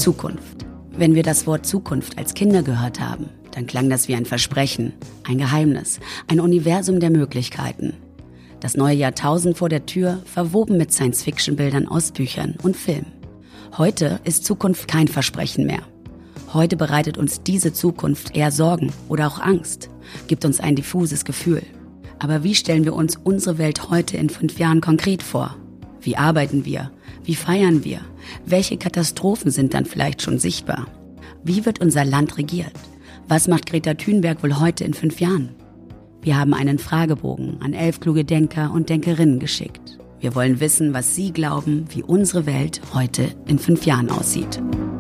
Zukunft. Wenn wir das Wort Zukunft als Kinder gehört haben, dann klang das wie ein Versprechen, ein Geheimnis, ein Universum der Möglichkeiten. Das neue Jahrtausend vor der Tür, verwoben mit Science-Fiction-Bildern aus Büchern und Filmen. Heute ist Zukunft kein Versprechen mehr. Heute bereitet uns diese Zukunft eher Sorgen oder auch Angst, gibt uns ein diffuses Gefühl. Aber wie stellen wir uns unsere Welt heute in 5 Jahren konkret vor? Wie arbeiten wir? Wie feiern wir? Welche Katastrophen sind dann vielleicht schon sichtbar? Wie wird unser Land regiert? Was macht Greta Thunberg wohl heute in 5 Jahren? Wir haben einen Fragebogen an 11 kluge Denker und Denkerinnen geschickt. Wir wollen wissen, was Sie glauben, wie unsere Welt heute in 5 Jahren aussieht.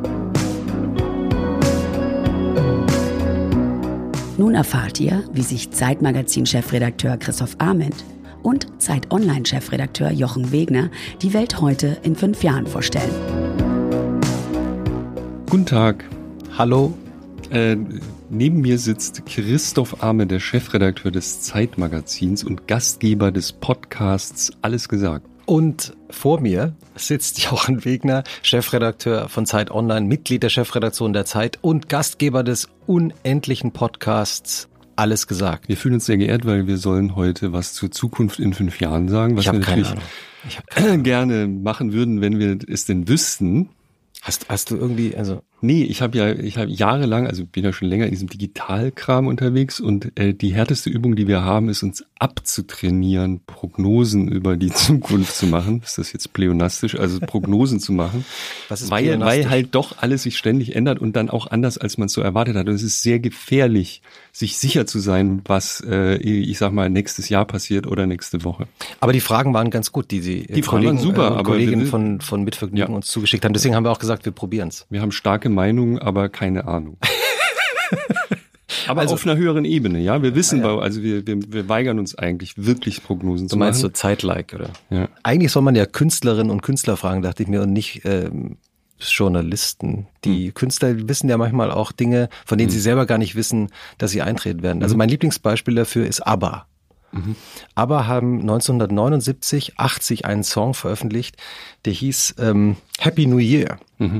Nun erfahrt ihr, wie sich Zeit-Magazin-Chefredakteur Christoph Arment und Zeit-Online-Chefredakteur Jochen Wegner die Welt heute in 5 Jahren vorstellen. Guten Tag. Hallo. Neben mir sitzt Christoph Arment, der Chefredakteur des Zeit-Magazins und Gastgeber des Podcasts Alles gesagt. Und vor mir sitzt Jochen Wegner, Chefredakteur von Zeit Online, Mitglied der Chefredaktion der Zeit und Gastgeber des unendlichen Podcasts Alles gesagt. Wir fühlen uns sehr geehrt, weil wir sollen heute was zur Zukunft in 5 Jahren sagen, was wir natürlich gerne machen würden, wenn wir es denn wüssten. Hast du irgendwie, also... Nee, ich habe jahrelang, also bin ja schon länger in diesem Digitalkram unterwegs und die härteste Übung, die wir haben, ist uns abzutrainieren, Prognosen über die Zukunft zu machen. Ist das jetzt pleonastisch? Also Prognosen zu machen. Was ist weil halt doch alles sich ständig ändert und dann auch anders, als man es so erwartet hat. Und es ist sehr gefährlich, sich sicher zu sein, was, ich sag mal, nächstes Jahr passiert oder nächste Woche. Aber die Fragen waren ganz gut, die Fragen super, aber Kolleginnen von Mitvergnügen uns zugeschickt haben. Deswegen haben wir auch gesagt, wir probieren's. Wir haben starke Meinung, aber keine Ahnung. Aber also, auf einer höheren Ebene, ja. Wir wissen, wir weigern uns eigentlich wirklich Prognosen zu machen. Du meinst so Zeitlike, oder? Ja. Eigentlich soll man ja Künstlerinnen und Künstler fragen, dachte ich mir, und nicht Journalisten. Die Künstler wissen ja manchmal auch Dinge, von denen sie selber gar nicht wissen, dass sie eintreten werden. Also mein Lieblingsbeispiel dafür ist ABBA. ABBA haben 1979, 80 einen Song veröffentlicht, der hieß Happy New Year.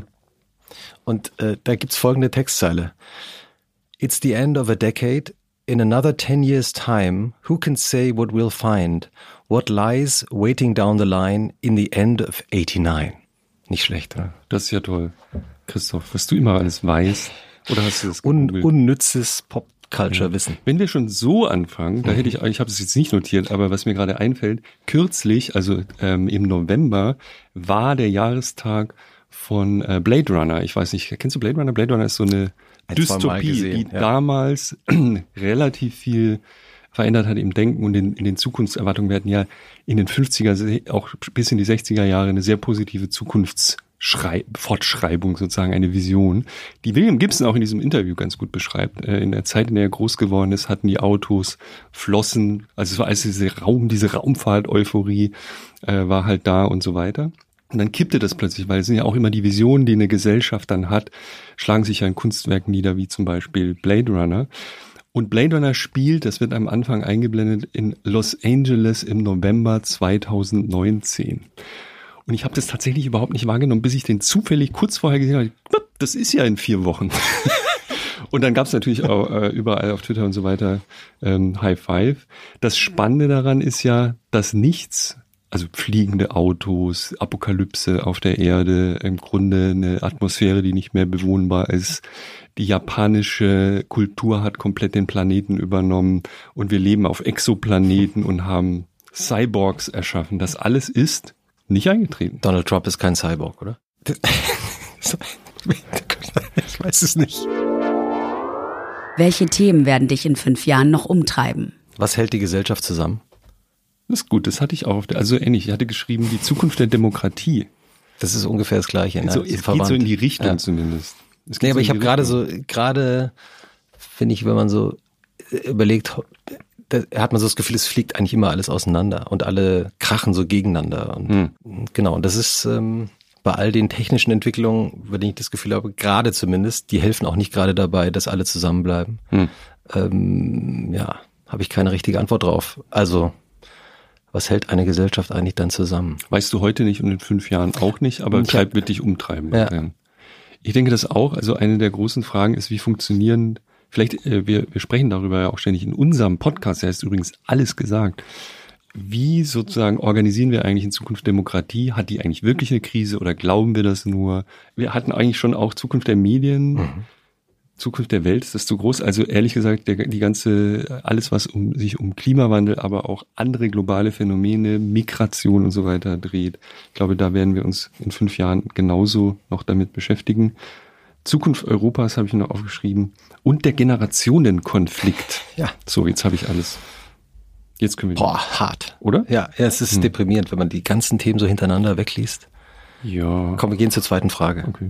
Und da gibt's folgende Textzeile. It's the end of a decade. In another 10 years' time, who can say what we'll find? What lies waiting down the line in the end of 89? Nicht schlecht, oder? Das ist ja toll. Christoph, was du immer alles weißt. Oder hast du das unnützes Pop-Culture-Wissen. Wenn wir schon so anfangen, da hätte ich habe es jetzt nicht notiert, aber was mir gerade einfällt, kürzlich, also im November, war der Jahrestag von Blade Runner. Ich weiß nicht, kennst du Blade Runner? Blade Runner ist so eine Dystopie, die damals relativ viel verändert hat im Denken und in den Zukunftserwartungen. Wir hatten ja in den 50er, auch bis in die 60er Jahre eine sehr positive Fortschreibung, sozusagen eine Vision, die William Gibson auch in diesem Interview ganz gut beschreibt. In der Zeit, in der er groß geworden ist, hatten die Autos Flossen, also es war alles diese Raumfahrt-Euphorie war halt da und so weiter. Und dann kippte das plötzlich, weil es sind ja auch immer die Visionen, die eine Gesellschaft dann hat, schlagen sich ja in Kunstwerken nieder, wie zum Beispiel Blade Runner. Und Blade Runner spielt, das wird am Anfang eingeblendet, in Los Angeles im November 2019. Und ich habe das tatsächlich überhaupt nicht wahrgenommen, bis ich den zufällig kurz vorher gesehen habe. Das ist ja in 4 Wochen. Und dann gab es natürlich auch überall auf Twitter und so weiter High Five. Das Spannende daran ist ja, dass nichts, also fliegende Autos, Apokalypse auf der Erde, im Grunde eine Atmosphäre, die nicht mehr bewohnbar ist. Die japanische Kultur hat komplett den Planeten übernommen und wir leben auf Exoplaneten und haben Cyborgs erschaffen. Das alles ist nicht eingetreten. Donald Trump ist kein Cyborg, oder? Ich weiß es nicht. Welche Themen werden dich in 5 Jahren noch umtreiben? Was hält die Gesellschaft zusammen? Das ist gut, das hatte ich auch. Also ähnlich, ich hatte geschrieben, die Zukunft der Demokratie. Das ist ungefähr das Gleiche. So, es geht so in die Richtung zumindest. Nee, aber ich habe gerade finde ich, wenn man so überlegt, da hat man so das Gefühl, es fliegt eigentlich immer alles auseinander und alle krachen so gegeneinander. Und genau, und das ist bei all den technischen Entwicklungen, bei denen ich das Gefühl habe, gerade zumindest, die helfen auch nicht gerade dabei, dass alle zusammenbleiben. Habe ich keine richtige Antwort drauf. Also, was hält eine Gesellschaft eigentlich dann zusammen? Weißt du heute nicht und in 5 Jahren auch nicht, aber wird dich umtreiben. Ja. Ich denke das auch. Also eine der großen Fragen ist, wie funktionieren, vielleicht, wir sprechen darüber ja auch ständig in unserem Podcast, der heißt übrigens Alles gesagt. Wie sozusagen organisieren wir eigentlich in Zukunft Demokratie? Hat die eigentlich wirklich eine Krise oder glauben wir das nur? Wir hatten eigentlich schon auch Zukunft der Medien, Zukunft der Welt, ist das zu groß? Also ehrlich gesagt, die ganze, alles was sich um Klimawandel, aber auch andere globale Phänomene, Migration und so weiter dreht. Ich glaube, da werden wir uns in 5 Jahren genauso noch damit beschäftigen. Zukunft Europas habe ich noch aufgeschrieben und der Generationenkonflikt. Ja. So, jetzt habe ich alles. Jetzt können wir. Hart. Oder? Ja, es ist deprimierend, wenn man die ganzen Themen so hintereinander wegliest. Ja. Komm, wir gehen zur zweiten Frage. Okay.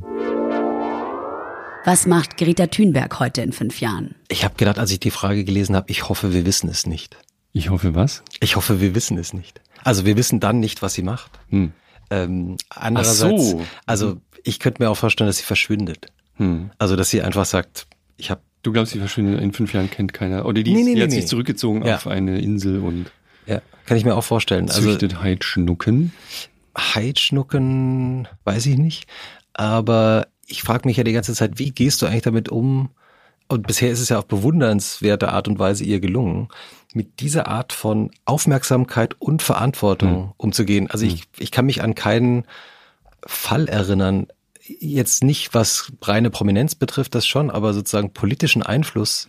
Was macht Greta Thunberg heute in 5 Jahren? Ich habe gedacht, als ich die Frage gelesen habe, ich hoffe, wir wissen es nicht. Ich hoffe was? Ich hoffe, wir wissen es nicht. Also wir wissen dann nicht, was sie macht. Andererseits, so. Also ich könnte mir auch vorstellen, dass sie verschwindet. Also dass sie einfach sagt, ich habe. Du glaubst, sie verschwindet in 5 Jahren, kennt keiner. Oder die hat sich zurückgezogen auf eine Insel und ja, kann ich mir auch vorstellen. Züchtet Heidschnucken. Heidschnucken, weiß ich nicht. Aber ich frage mich ja die ganze Zeit, wie gehst du eigentlich damit um? Und bisher ist es ja auf bewundernswerte Art und Weise ihr gelungen, mit dieser Art von Aufmerksamkeit und Verantwortung umzugehen. Also ich kann mich an keinen Fall erinnern, jetzt nicht, was reine Prominenz betrifft, das schon, aber sozusagen politischen Einfluss.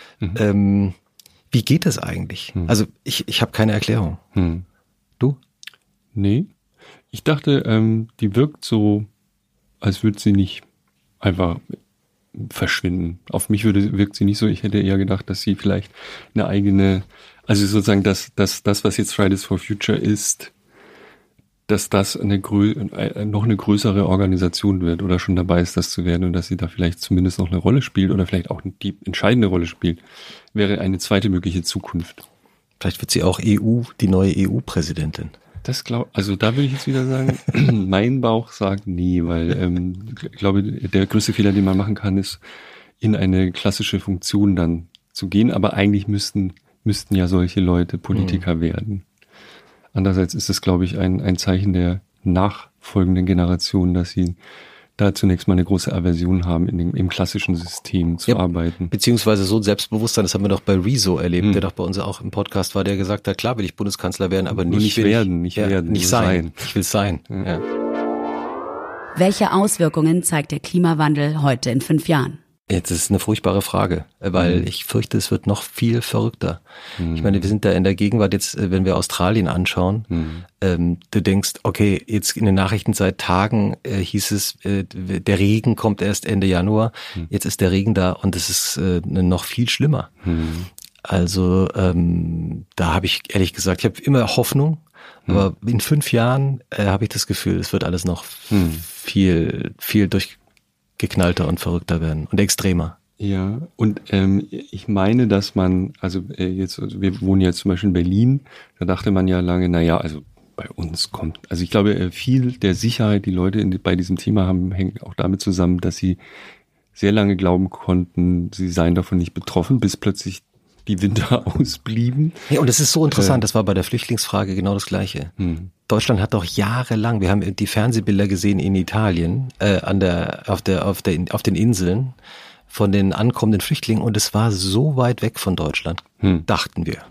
Wie geht das eigentlich? Also ich habe keine Erklärung. Du? Nee. Ich dachte, die wirkt so, als würde sie nicht einfach verschwinden. Auf mich wirkt sie nicht so. Ich hätte eher gedacht, dass sie vielleicht eine eigene, also sozusagen das, was jetzt Fridays for Future ist, dass das noch eine größere Organisation wird oder schon dabei ist, das zu werden und dass sie da vielleicht zumindest noch eine Rolle spielt oder vielleicht auch die entscheidende Rolle spielt, wäre eine zweite mögliche Zukunft. Vielleicht wird sie auch die neue EU-Präsidentin. Also da würde ich jetzt wieder sagen, mein Bauch sagt nee, weil ich glaube, der größte Fehler, den man machen kann, ist, in eine klassische Funktion dann zu gehen, aber eigentlich müssten ja solche Leute Politiker werden. Andererseits ist es, glaube ich, ein Zeichen der nachfolgenden Generation, dass sie da zunächst mal eine große Aversion haben, im klassischen System zu arbeiten. Beziehungsweise so ein Selbstbewusstsein, das haben wir doch bei Rezo erlebt, der doch bei uns auch im Podcast war, der gesagt hat, klar will ich Bundeskanzler werden, aber nicht sein. Ich will es sein. Ja. Welche Auswirkungen zeigt der Klimawandel heute in 5 Jahren? Jetzt ist eine furchtbare Frage, weil ich fürchte, es wird noch viel verrückter. Ich meine, wir sind da in der Gegenwart jetzt, wenn wir Australien anschauen, du denkst, okay, jetzt in den Nachrichten seit Tagen hieß es, der Regen kommt erst Ende Januar, jetzt ist der Regen da und es ist noch viel schlimmer. Also da habe ich ehrlich gesagt, ich habe immer Hoffnung, aber in 5 Jahren habe ich das Gefühl, es wird alles noch viel durchgeknallter und verrückter werden und extremer. Ja, und ich meine, dass man, wir wohnen jetzt zum Beispiel in Berlin, da dachte man ja lange, also bei uns kommt, also ich glaube, viel der Sicherheit, die Leute bei diesem Thema haben, hängt auch damit zusammen, dass sie sehr lange glauben konnten, sie seien davon nicht betroffen, bis plötzlich die Winter ausblieben. Ja, und es ist so interessant, das war bei der Flüchtlingsfrage genau das Gleiche. Deutschland hat doch jahrelang, wir haben die Fernsehbilder gesehen in Italien, auf den Inseln von den ankommenden Flüchtlingen und es war so weit weg von Deutschland, dachten wir.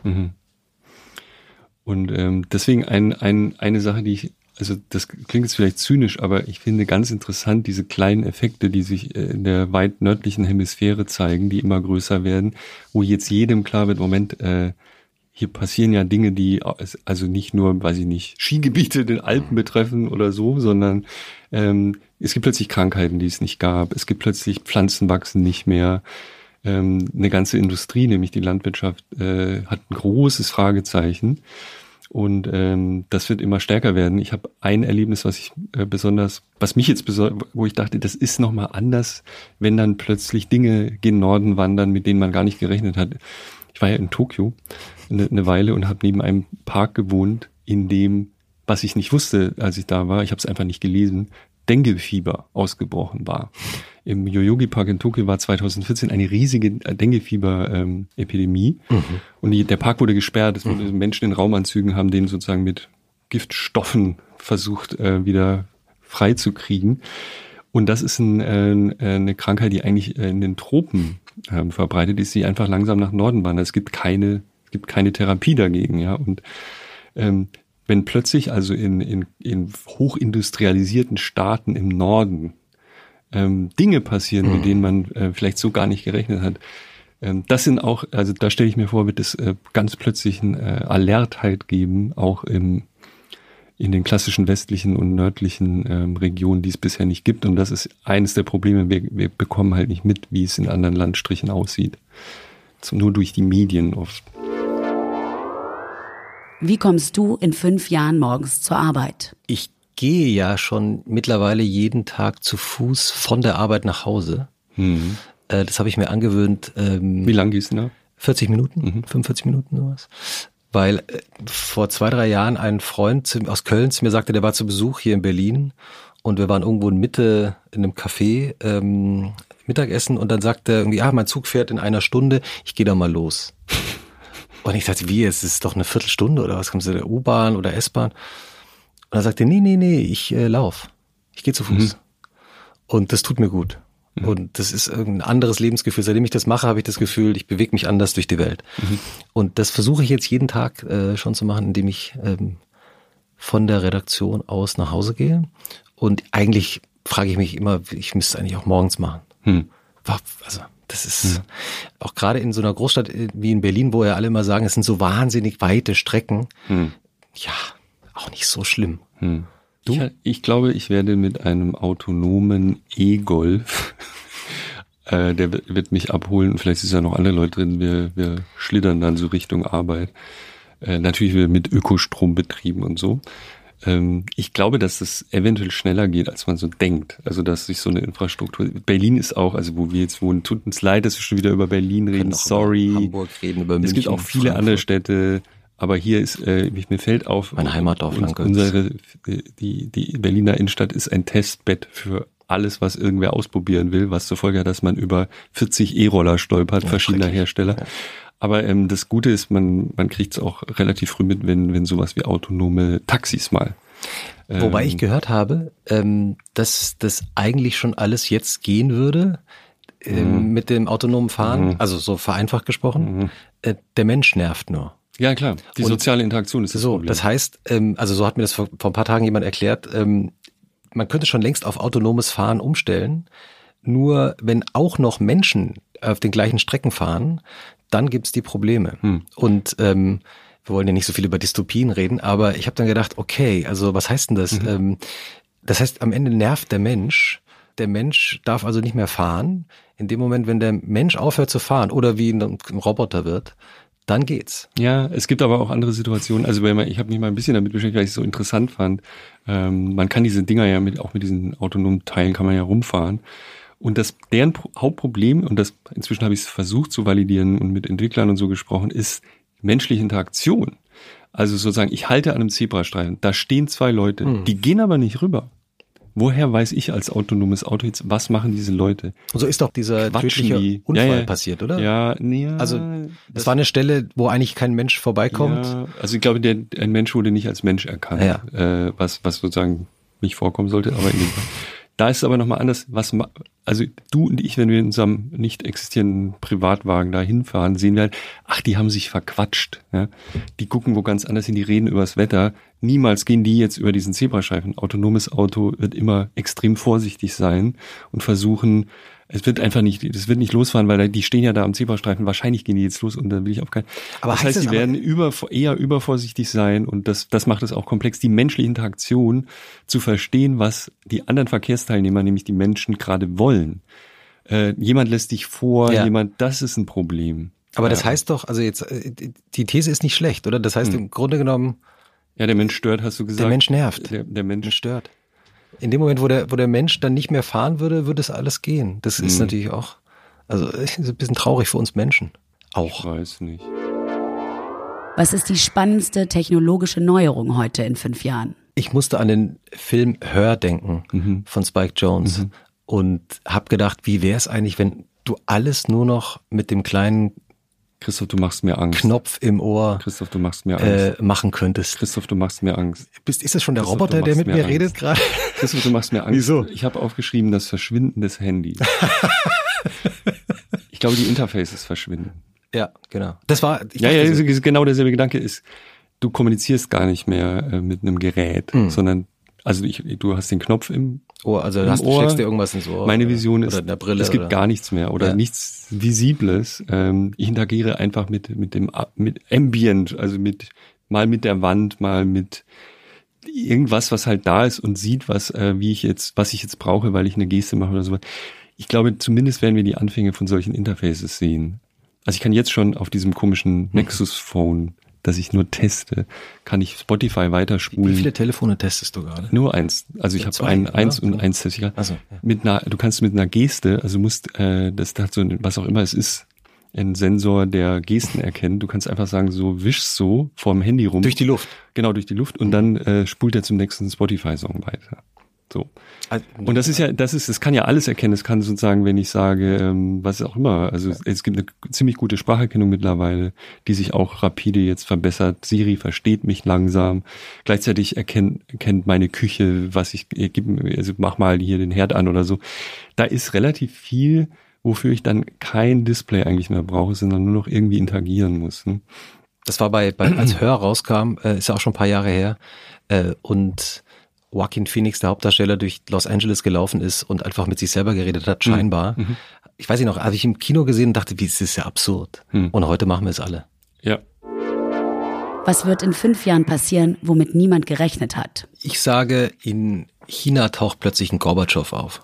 Und deswegen eine Sache, also das klingt jetzt vielleicht zynisch, aber ich finde ganz interessant diese kleinen Effekte, die sich in der weit nördlichen Hemisphäre zeigen, die immer größer werden, wo jetzt jedem klar wird, Moment, hier passieren ja Dinge, die also nicht nur, weiß ich nicht, Skigebiete den Alpen betreffen oder so, sondern es gibt plötzlich Krankheiten, die es nicht gab. Es gibt plötzlich Pflanzen wachsen nicht mehr. Eine ganze Industrie, nämlich die Landwirtschaft, hat ein großes Fragezeichen. Und das wird immer stärker werden. Ich habe ein Erlebnis, wo ich dachte, das ist nochmal anders, wenn dann plötzlich Dinge gen Norden wandern, mit denen man gar nicht gerechnet hat. Ich war ja in Tokio eine Weile und habe neben einem Park gewohnt, in dem, was ich nicht wusste, als ich da war, ich habe es einfach nicht gelesen, Dengue-Fieber ausgebrochen war. Im Yoyogi-Park in Tokio war 2014 eine riesige Dengue-Fieber-Epidemie. Und der Park wurde gesperrt. Menschen in Raumanzügen haben den sozusagen mit Giftstoffen versucht, wieder freizukriegen. Und das ist eine Krankheit, die eigentlich in den Tropen verbreitet ist, die einfach langsam nach Norden wandert. Es gibt keine Therapie dagegen, ja. Und wenn plötzlich also in hochindustrialisierten Staaten im Norden Dinge passieren, mit denen man vielleicht so gar nicht gerechnet hat, das sind auch, also da stelle ich mir vor, wird es ganz plötzlich eine Alertheit geben, auch in den klassischen westlichen und nördlichen Regionen, die es bisher nicht gibt. Und das ist eines der Probleme. Wir bekommen halt nicht mit, wie es in anderen Landstrichen aussieht. Nur durch die Medien oft. Wie kommst du in 5 Jahren morgens zur Arbeit? Ich gehe ja schon mittlerweile jeden Tag zu Fuß von der Arbeit nach Hause. Das habe ich mir angewöhnt. Wie lang gehst du da? 40 Minuten, 45 Minuten sowas. Weil vor 2-3 Jahren ein Freund aus Köln zu mir sagte, der war zu Besuch hier in Berlin und wir waren irgendwo in Mitte in einem Café Mittagessen und dann sagte er irgendwie, mein Zug fährt in 1 Stunde, ich gehe da mal los. Und ich sagte, wie, es ist doch eine Viertelstunde oder was, kommst du der U-Bahn oder S-Bahn? Und er sagte, nee, ich lauf. Ich gehe zu Fuß. Und das tut mir gut. Und das ist ein anderes Lebensgefühl. Seitdem ich das mache, habe ich das Gefühl, ich bewege mich anders durch die Welt. Und das versuche ich jetzt jeden Tag schon zu machen, indem ich von der Redaktion aus nach Hause gehe. Und eigentlich frage ich mich immer, ich müsste es eigentlich auch morgens machen. Also das ist auch gerade in so einer Großstadt wie in Berlin, wo ja alle immer sagen, es sind so wahnsinnig weite Strecken. Ja, auch nicht so schlimm. Du? Ich glaube, ich werde mit einem autonomen E-Golf, der wird mich abholen und vielleicht ist ja noch andere Leute drin, wir schlittern dann so Richtung Arbeit. Natürlich mit Ökostrom betrieben und so. Ich glaube, dass es eventuell schneller geht, als man so denkt. Also, dass sich so eine Infrastruktur, Berlin ist auch, also wo wir jetzt wohnen, tut uns leid, dass wir schon wieder über Berlin reden, sorry. Über Hamburg reden, über München. Es gibt auch viele Frankfurt. Andere Städte. Aber hier ist, mir fällt auf, mein Heimatdorf die Berliner Innenstadt ist ein Testbett für alles, was irgendwer ausprobieren will, was zur Folge hat, dass man über 40 E-Roller stolpert, verschiedener Hersteller. Ja. Aber das Gute ist, man kriegt es auch relativ früh mit, wenn sowas wie autonome Taxis mal. Wobei ich gehört habe, dass das eigentlich schon alles jetzt gehen würde mit dem autonomen Fahren, also so vereinfacht gesprochen. Der Mensch nervt nur. Ja, klar. Die soziale Interaktion ist das Problem. Das heißt, also so hat mir das vor ein paar Tagen jemand erklärt, man könnte schon längst auf autonomes Fahren umstellen. Nur wenn auch noch Menschen auf den gleichen Strecken fahren, dann gibt's die Probleme. Und wir wollen ja nicht so viel über Dystopien reden, aber ich habe dann gedacht, okay, also was heißt denn das? Das heißt, am Ende nervt der Mensch. Der Mensch darf also nicht mehr fahren. In dem Moment, wenn der Mensch aufhört zu fahren oder wie ein Roboter wird, dann geht's. Ja, es gibt aber auch andere Situationen. Also ich habe mich mal ein bisschen damit beschäftigt, weil ich es so interessant fand. Man kann diese Dinger ja auch mit diesen autonomen Teilen kann man ja rumfahren. Und deren Hauptproblem, und inzwischen habe ich es versucht zu validieren und mit Entwicklern und so gesprochen, ist menschliche Interaktion. Also sozusagen, ich halte an einem Zebrastreifen, da stehen 2 Leute, die gehen aber nicht rüber. Woher weiß ich als autonomes Auto jetzt, was machen diese Leute? Und so ist doch dieser tödliche Unfall passiert, oder? Ja. Also das war eine Stelle, wo eigentlich kein Mensch vorbeikommt. Ja, also ich glaube, ein Mensch wurde nicht als Mensch erkannt, was sozusagen nicht vorkommen sollte, aber in dem Fall. Da ist es aber nochmal anders, also du und ich, wenn wir in unserem nicht existierenden Privatwagen da hinfahren, sehen wir halt, die haben sich verquatscht. Ja? Die gucken wo ganz anders hin, die reden übers Wetter. Niemals gehen die jetzt über diesen Zebrastreifen. Ein autonomes Auto wird immer extrem vorsichtig sein und versuchen, das wird nicht losfahren, weil die stehen ja da am Zebrastreifen. Wahrscheinlich gehen die jetzt los und dann will ich auf keinen. Aber das heißt, die werden eher übervorsichtig sein und das macht es auch komplex, die menschliche Interaktion zu verstehen, was die anderen Verkehrsteilnehmer, nämlich die Menschen, gerade wollen. Jemand lässt dich vor, das ist ein Problem. Aber das heißt doch, also jetzt, die These ist nicht schlecht, oder? Das heißt im Grunde genommen. Ja, der Mensch stört, hast du gesagt. Der Mensch nervt. Der Mensch stört. In dem Moment, wo der Mensch dann nicht mehr fahren würde es alles gehen. Das ist natürlich auch, also ist ein bisschen traurig für uns Menschen. Auch. Ich weiß nicht. Was ist die spannendste technologische Neuerung heute in 5 Jahren? Ich musste an den Film Her denken von Spike Jonze und habe gedacht, wie wäre es eigentlich, wenn du alles nur noch mit dem kleinen Christoph, du machst mir Angst. Knopf im Ohr Christoph, du machst mir Angst. Machen könntest. Christoph, du machst mir Angst. Ist das schon der Christoph, Roboter, der mit mir redet gerade? Christoph, du machst mir Angst. Wieso? Ich habe aufgeschrieben, das Verschwinden des Handys. Ich glaube, die Interfaces verschwinden. Ja, genau. Das war genau derselbe Gedanke ist, du kommunizierst gar nicht mehr mit einem Gerät, sondern also du hast den Knopf im Ohr, also im Ohr. Steckst dir irgendwas ins Ohr. Meine Vision ist, in der Brille, es gibt gar nichts mehr oder nichts Visibles. Ich interagiere einfach mit Ambient, also mal mit der Wand, mal mit irgendwas, was halt da ist und sieht, was ich jetzt brauche, weil ich eine Geste mache oder sowas. Ich glaube, zumindest werden wir die Anfänge von solchen Interfaces sehen. Also ich kann jetzt schon auf diesem komischen Nexus Phone, das ich nur teste, kann ich Spotify weiterspulen. Wie viele Telefone testest du gerade? Nur eins. Also ich habe eins und eins teste ich. Also, ja. Du kannst mit einer Geste, also das hat so was auch immer es ist, ein Sensor, der Gesten erkennt. Du kannst einfach sagen, so wisch so vorm Handy rum. Durch die Luft. Genau, durch die Luft und dann spult er zum nächsten Spotify-Song weiter. So. Und das kann ja alles erkennen. Es kann sozusagen, wenn ich sage, was auch immer, also es gibt eine ziemlich gute Spracherkennung mittlerweile, die sich auch rapide jetzt verbessert. Siri versteht mich langsam. Gleichzeitig erkennt meine Küche, also mach mal hier den Herd an oder so. Da ist relativ viel, wofür ich dann kein Display eigentlich mehr brauche, sondern nur noch irgendwie interagieren muss. Ne? Das war als Hör rauskam, ist ja auch schon ein paar Jahre her, und Joaquin Phoenix, der Hauptdarsteller, durch Los Angeles gelaufen ist und einfach mit sich selber geredet hat, scheinbar. Mhm. Ich weiß nicht noch, habe ich im Kino gesehen und dachte, das ist ja absurd. Und heute machen wir es alle. Ja. Was wird in 5 Jahren passieren, womit niemand gerechnet hat? Ich sage, in China taucht plötzlich ein Gorbatschow auf.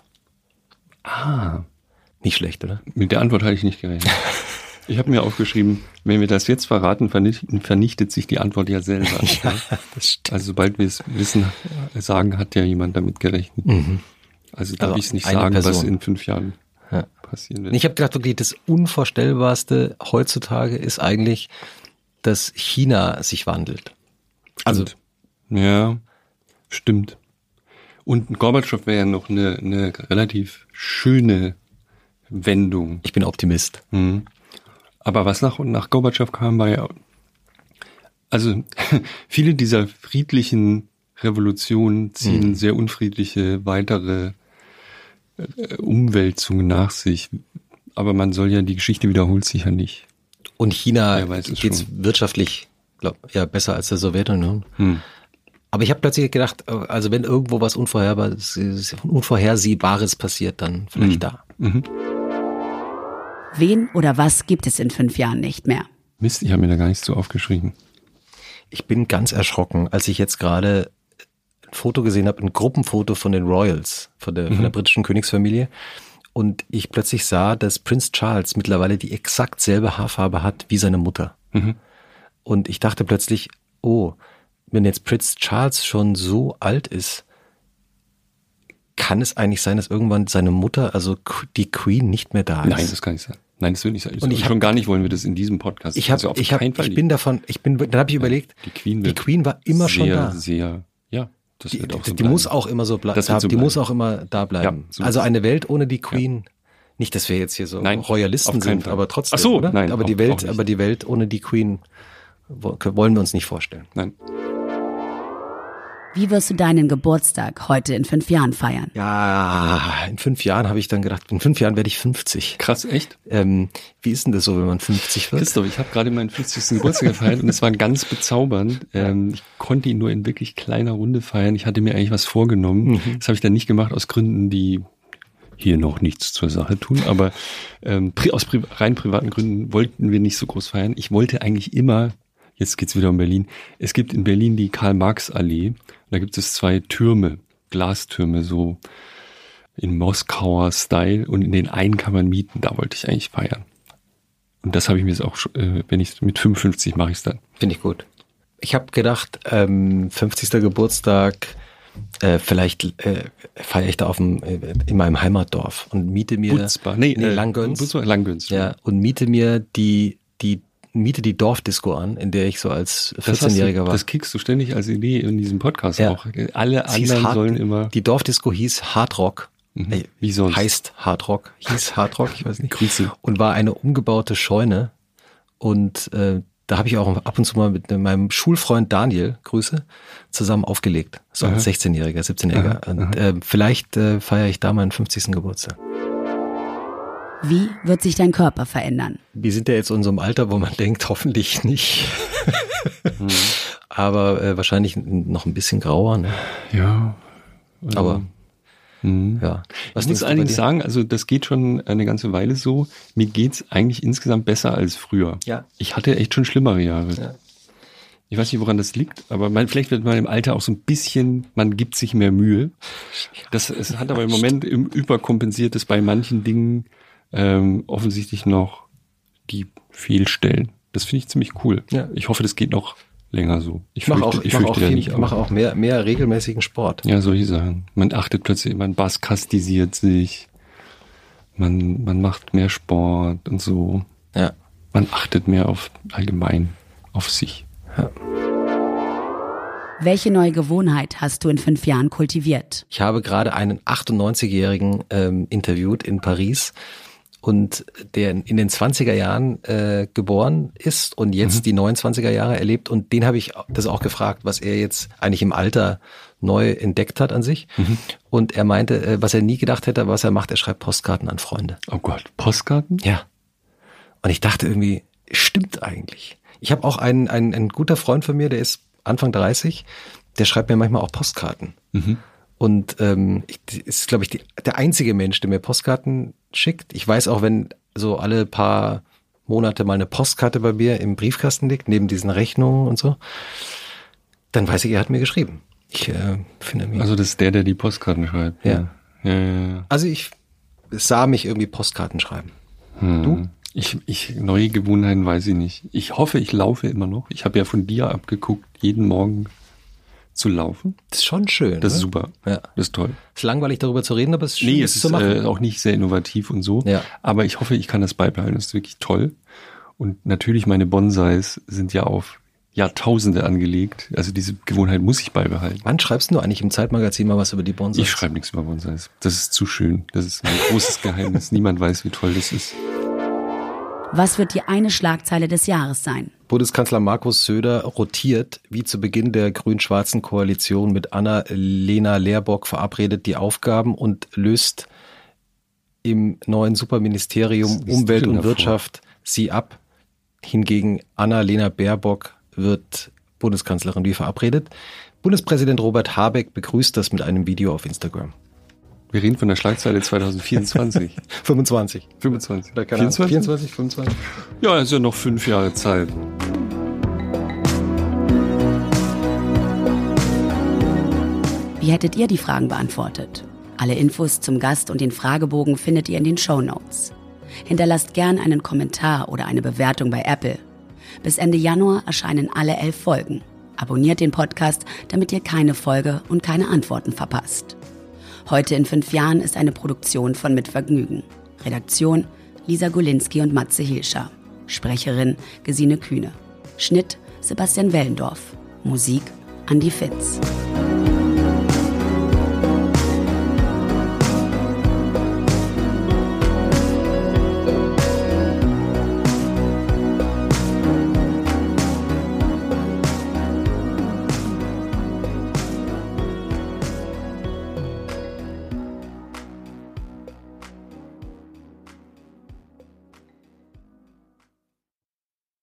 Nicht schlecht, oder? Mit der Antwort hatte ich nicht gerechnet. Ich habe mir aufgeschrieben, wenn wir das jetzt verraten, vernichtet sich die Antwort ja selber. Ja, das stimmt. Also sobald wir es sagen, hat ja jemand damit gerechnet. Mhm. Also darf ich es nicht sagen, Person. Was in 5 Jahren passieren wird. Ich habe gedacht, wirklich, das Unvorstellbarste heutzutage ist eigentlich, dass China sich wandelt. Also ja, stimmt. Und Gorbatschow wäre ja noch eine relativ schöne Wendung. Ich bin Optimist. Mhm. Aber was nach Gorbatschow kam, war ja, also viele dieser friedlichen Revolutionen ziehen sehr unfriedliche weitere Umwälzungen nach sich. Aber man soll ja, die Geschichte wiederholt sich ja nicht. Und China geht's wirtschaftlich, besser als der Sowjetunion. Aber ich habe plötzlich gedacht, also wenn irgendwo was Unvorhersehbares passiert, dann vielleicht da. Mhm. Wen oder was gibt es in 5 Jahren nicht mehr? Mist, ich habe mir da gar nichts zu aufgeschrieben. Ich bin ganz erschrocken, als ich jetzt gerade ein Foto gesehen habe, ein Gruppenfoto von den Royals, von der britischen Königsfamilie. Und ich plötzlich sah, dass Prinz Charles mittlerweile die exakt selbe Haarfarbe hat wie seine Mutter. Mhm. Und ich dachte plötzlich, wenn jetzt Prinz Charles schon so alt ist, kann es eigentlich sein, dass irgendwann seine Mutter, also die Queen, nicht mehr da ist? Nein, das kann nicht sein. Nein, das will nicht sein. Und schon gar nicht wollen wir das in diesem Podcast. Dann habe ich überlegt, die Queen war immer schon da. Das wird auch so die muss auch immer so bleiben. Die muss auch immer da bleiben. Ja, so also eine Welt ohne die Queen. Ja. Nicht, dass wir jetzt hier so Royalisten sind, Fall. Aber trotzdem. Ach so, oder? Nein. Aber die Welt ohne die Queen wollen wir uns nicht vorstellen. Nein. Wie wirst du deinen Geburtstag heute in 5 Jahren feiern? Ja, in 5 Jahren habe ich dann gedacht, in 5 Jahren werde ich 50. Krass, echt? Wie ist denn das so, wenn man 50 wird? Christoph, ich habe gerade meinen 50. Geburtstag gefeiert und es war ganz bezaubernd. Ich konnte ihn nur in wirklich kleiner Runde feiern. Ich hatte mir eigentlich was vorgenommen. Das habe ich dann nicht gemacht aus Gründen, die hier noch nichts zur Sache tun. Aber aus rein privaten Gründen wollten wir nicht so groß feiern. Ich wollte eigentlich immer... Jetzt geht's wieder um Berlin. Es gibt in Berlin die Karl-Marx-Allee. Da gibt es 2 Türme, Glastürme, so in Moskauer Style. Und in den einen kann man mieten. Da wollte ich eigentlich feiern. Und das habe ich mir jetzt auch, wenn ich mit 55 mache ich es dann. Finde ich gut. Ich habe gedacht, 50. Geburtstag, vielleicht feiere ich da in meinem Heimatdorf und miete mir Langgöns. Ja, und miete mir die Dorfdisco an, in der ich so als 14-Jähriger war. Das kickst du ständig als Idee in diesem Podcast auch. Alle anderen sollen immer... Die Dorfdisco hieß Hard Rock. Wie sonst? Heißt Hard Rock. Hieß Hard Rock, ich weiß nicht. Grüße. Und war eine umgebaute Scheune. Und da habe ich auch ab und zu mal mit meinem Schulfreund Daniel, Grüße, zusammen aufgelegt. So als 16-Jähriger, 17-Jähriger. Und vielleicht feiere ich da meinen 50. Geburtstag. Wie wird sich dein Körper verändern? Wir sind ja jetzt in so einem Alter, wo man denkt, hoffentlich nicht. Aber wahrscheinlich noch ein bisschen grauer. Ne? Ja. Also, aber ja. Was ich muss allerdings sagen, also das geht schon eine ganze Weile so. Mir geht's eigentlich insgesamt besser als früher. Ja. Ich hatte echt schon schlimmere Jahre. Ja. Ich weiß nicht, woran das liegt, aber vielleicht wird man im Alter auch so ein bisschen, man gibt sich mehr Mühe. Es hat aber im Moment überkompensiert, dass bei manchen Dingen offensichtlich noch die Fehlstellen. Das finde ich ziemlich cool. Ja. Ich hoffe, das geht noch länger so. Ich mache auch mehr regelmäßigen Sport. Ja, solche Sachen. Man achtet plötzlich, man baskastisiert sich, man macht mehr Sport und so. Ja. Man achtet mehr allgemein auf sich. Ja. Welche neue Gewohnheit hast du in 5 Jahren kultiviert? Ich habe gerade einen 98-Jährigen interviewt in Paris und der in den 20er Jahren geboren ist und jetzt die 29er Jahre erlebt, und den habe ich das auch gefragt, was er jetzt eigentlich im Alter neu entdeckt hat an sich. Und er meinte, was er nie gedacht hätte, was er macht, er schreibt Postkarten an Freunde. Oh Gott, Postkarten? Ja. Und ich dachte irgendwie, stimmt eigentlich. Ich habe auch einen guter Freund von mir, der ist Anfang 30, der schreibt mir manchmal auch Postkarten. Und ist, glaube ich, der einzige Mensch, der mir Postkarten schickt. Ich weiß auch, wenn so alle paar Monate mal eine Postkarte bei mir im Briefkasten liegt, neben diesen Rechnungen und so, dann weiß ich, er hat mir geschrieben. Ich finde mich. Also das ist der die Postkarten schreibt. Ja. Ja. Also ich sah mich irgendwie Postkarten schreiben. Du? Neue Gewohnheiten weiß ich nicht. Ich hoffe, ich laufe immer noch. Ich habe ja von dir abgeguckt, jeden Morgen zu laufen. Das ist schon schön. Das ist ne? super. Ja. Das ist toll. Ist langweilig darüber zu reden, aber es ist schön, es zu machen. ist auch nicht sehr innovativ und so. Ja. Aber ich hoffe, ich kann das beibehalten. Das ist wirklich toll. Und natürlich, meine Bonsais sind ja auf Jahrtausende angelegt. Also diese Gewohnheit muss ich beibehalten. Wann schreibst du eigentlich im Zeitmagazin mal was über die Bonsais? Ich schreibe nichts über Bonsais. Das ist zu schön. Das ist ein großes Geheimnis. Niemand weiß, wie toll das ist. Was wird die eine Schlagzeile des Jahres sein? Bundeskanzler Markus Söder rotiert, wie zu Beginn der grün-schwarzen Koalition mit Annalena Baerbock verabredet, die Aufgaben und löst im neuen Superministerium Umwelt und Wirtschaft sie ab. Hingegen Annalena Baerbock wird Bundeskanzlerin wie verabredet. Bundespräsident Robert Habeck begrüßt das mit einem Video auf Instagram. Wir reden von der Schlagzeile 2024. 25. Oder 24, 25. Ja, ist ja noch 5 Jahre Zeit. Wie hättet ihr die Fragen beantwortet? Alle Infos zum Gast und den Fragebogen findet ihr in den Shownotes. Hinterlasst gern einen Kommentar oder eine Bewertung bei Apple. Bis Ende Januar erscheinen alle 11 Folgen. Abonniert den Podcast, damit ihr keine Folge und keine Antworten verpasst. Heute in 5 Jahren ist eine Produktion von Mit Vergnügen. Redaktion Lisa Golinski und Matze Hilscher. Sprecherin Gesine Kühne. Schnitt Sebastian Wellendorf. Musik Andi Fitz.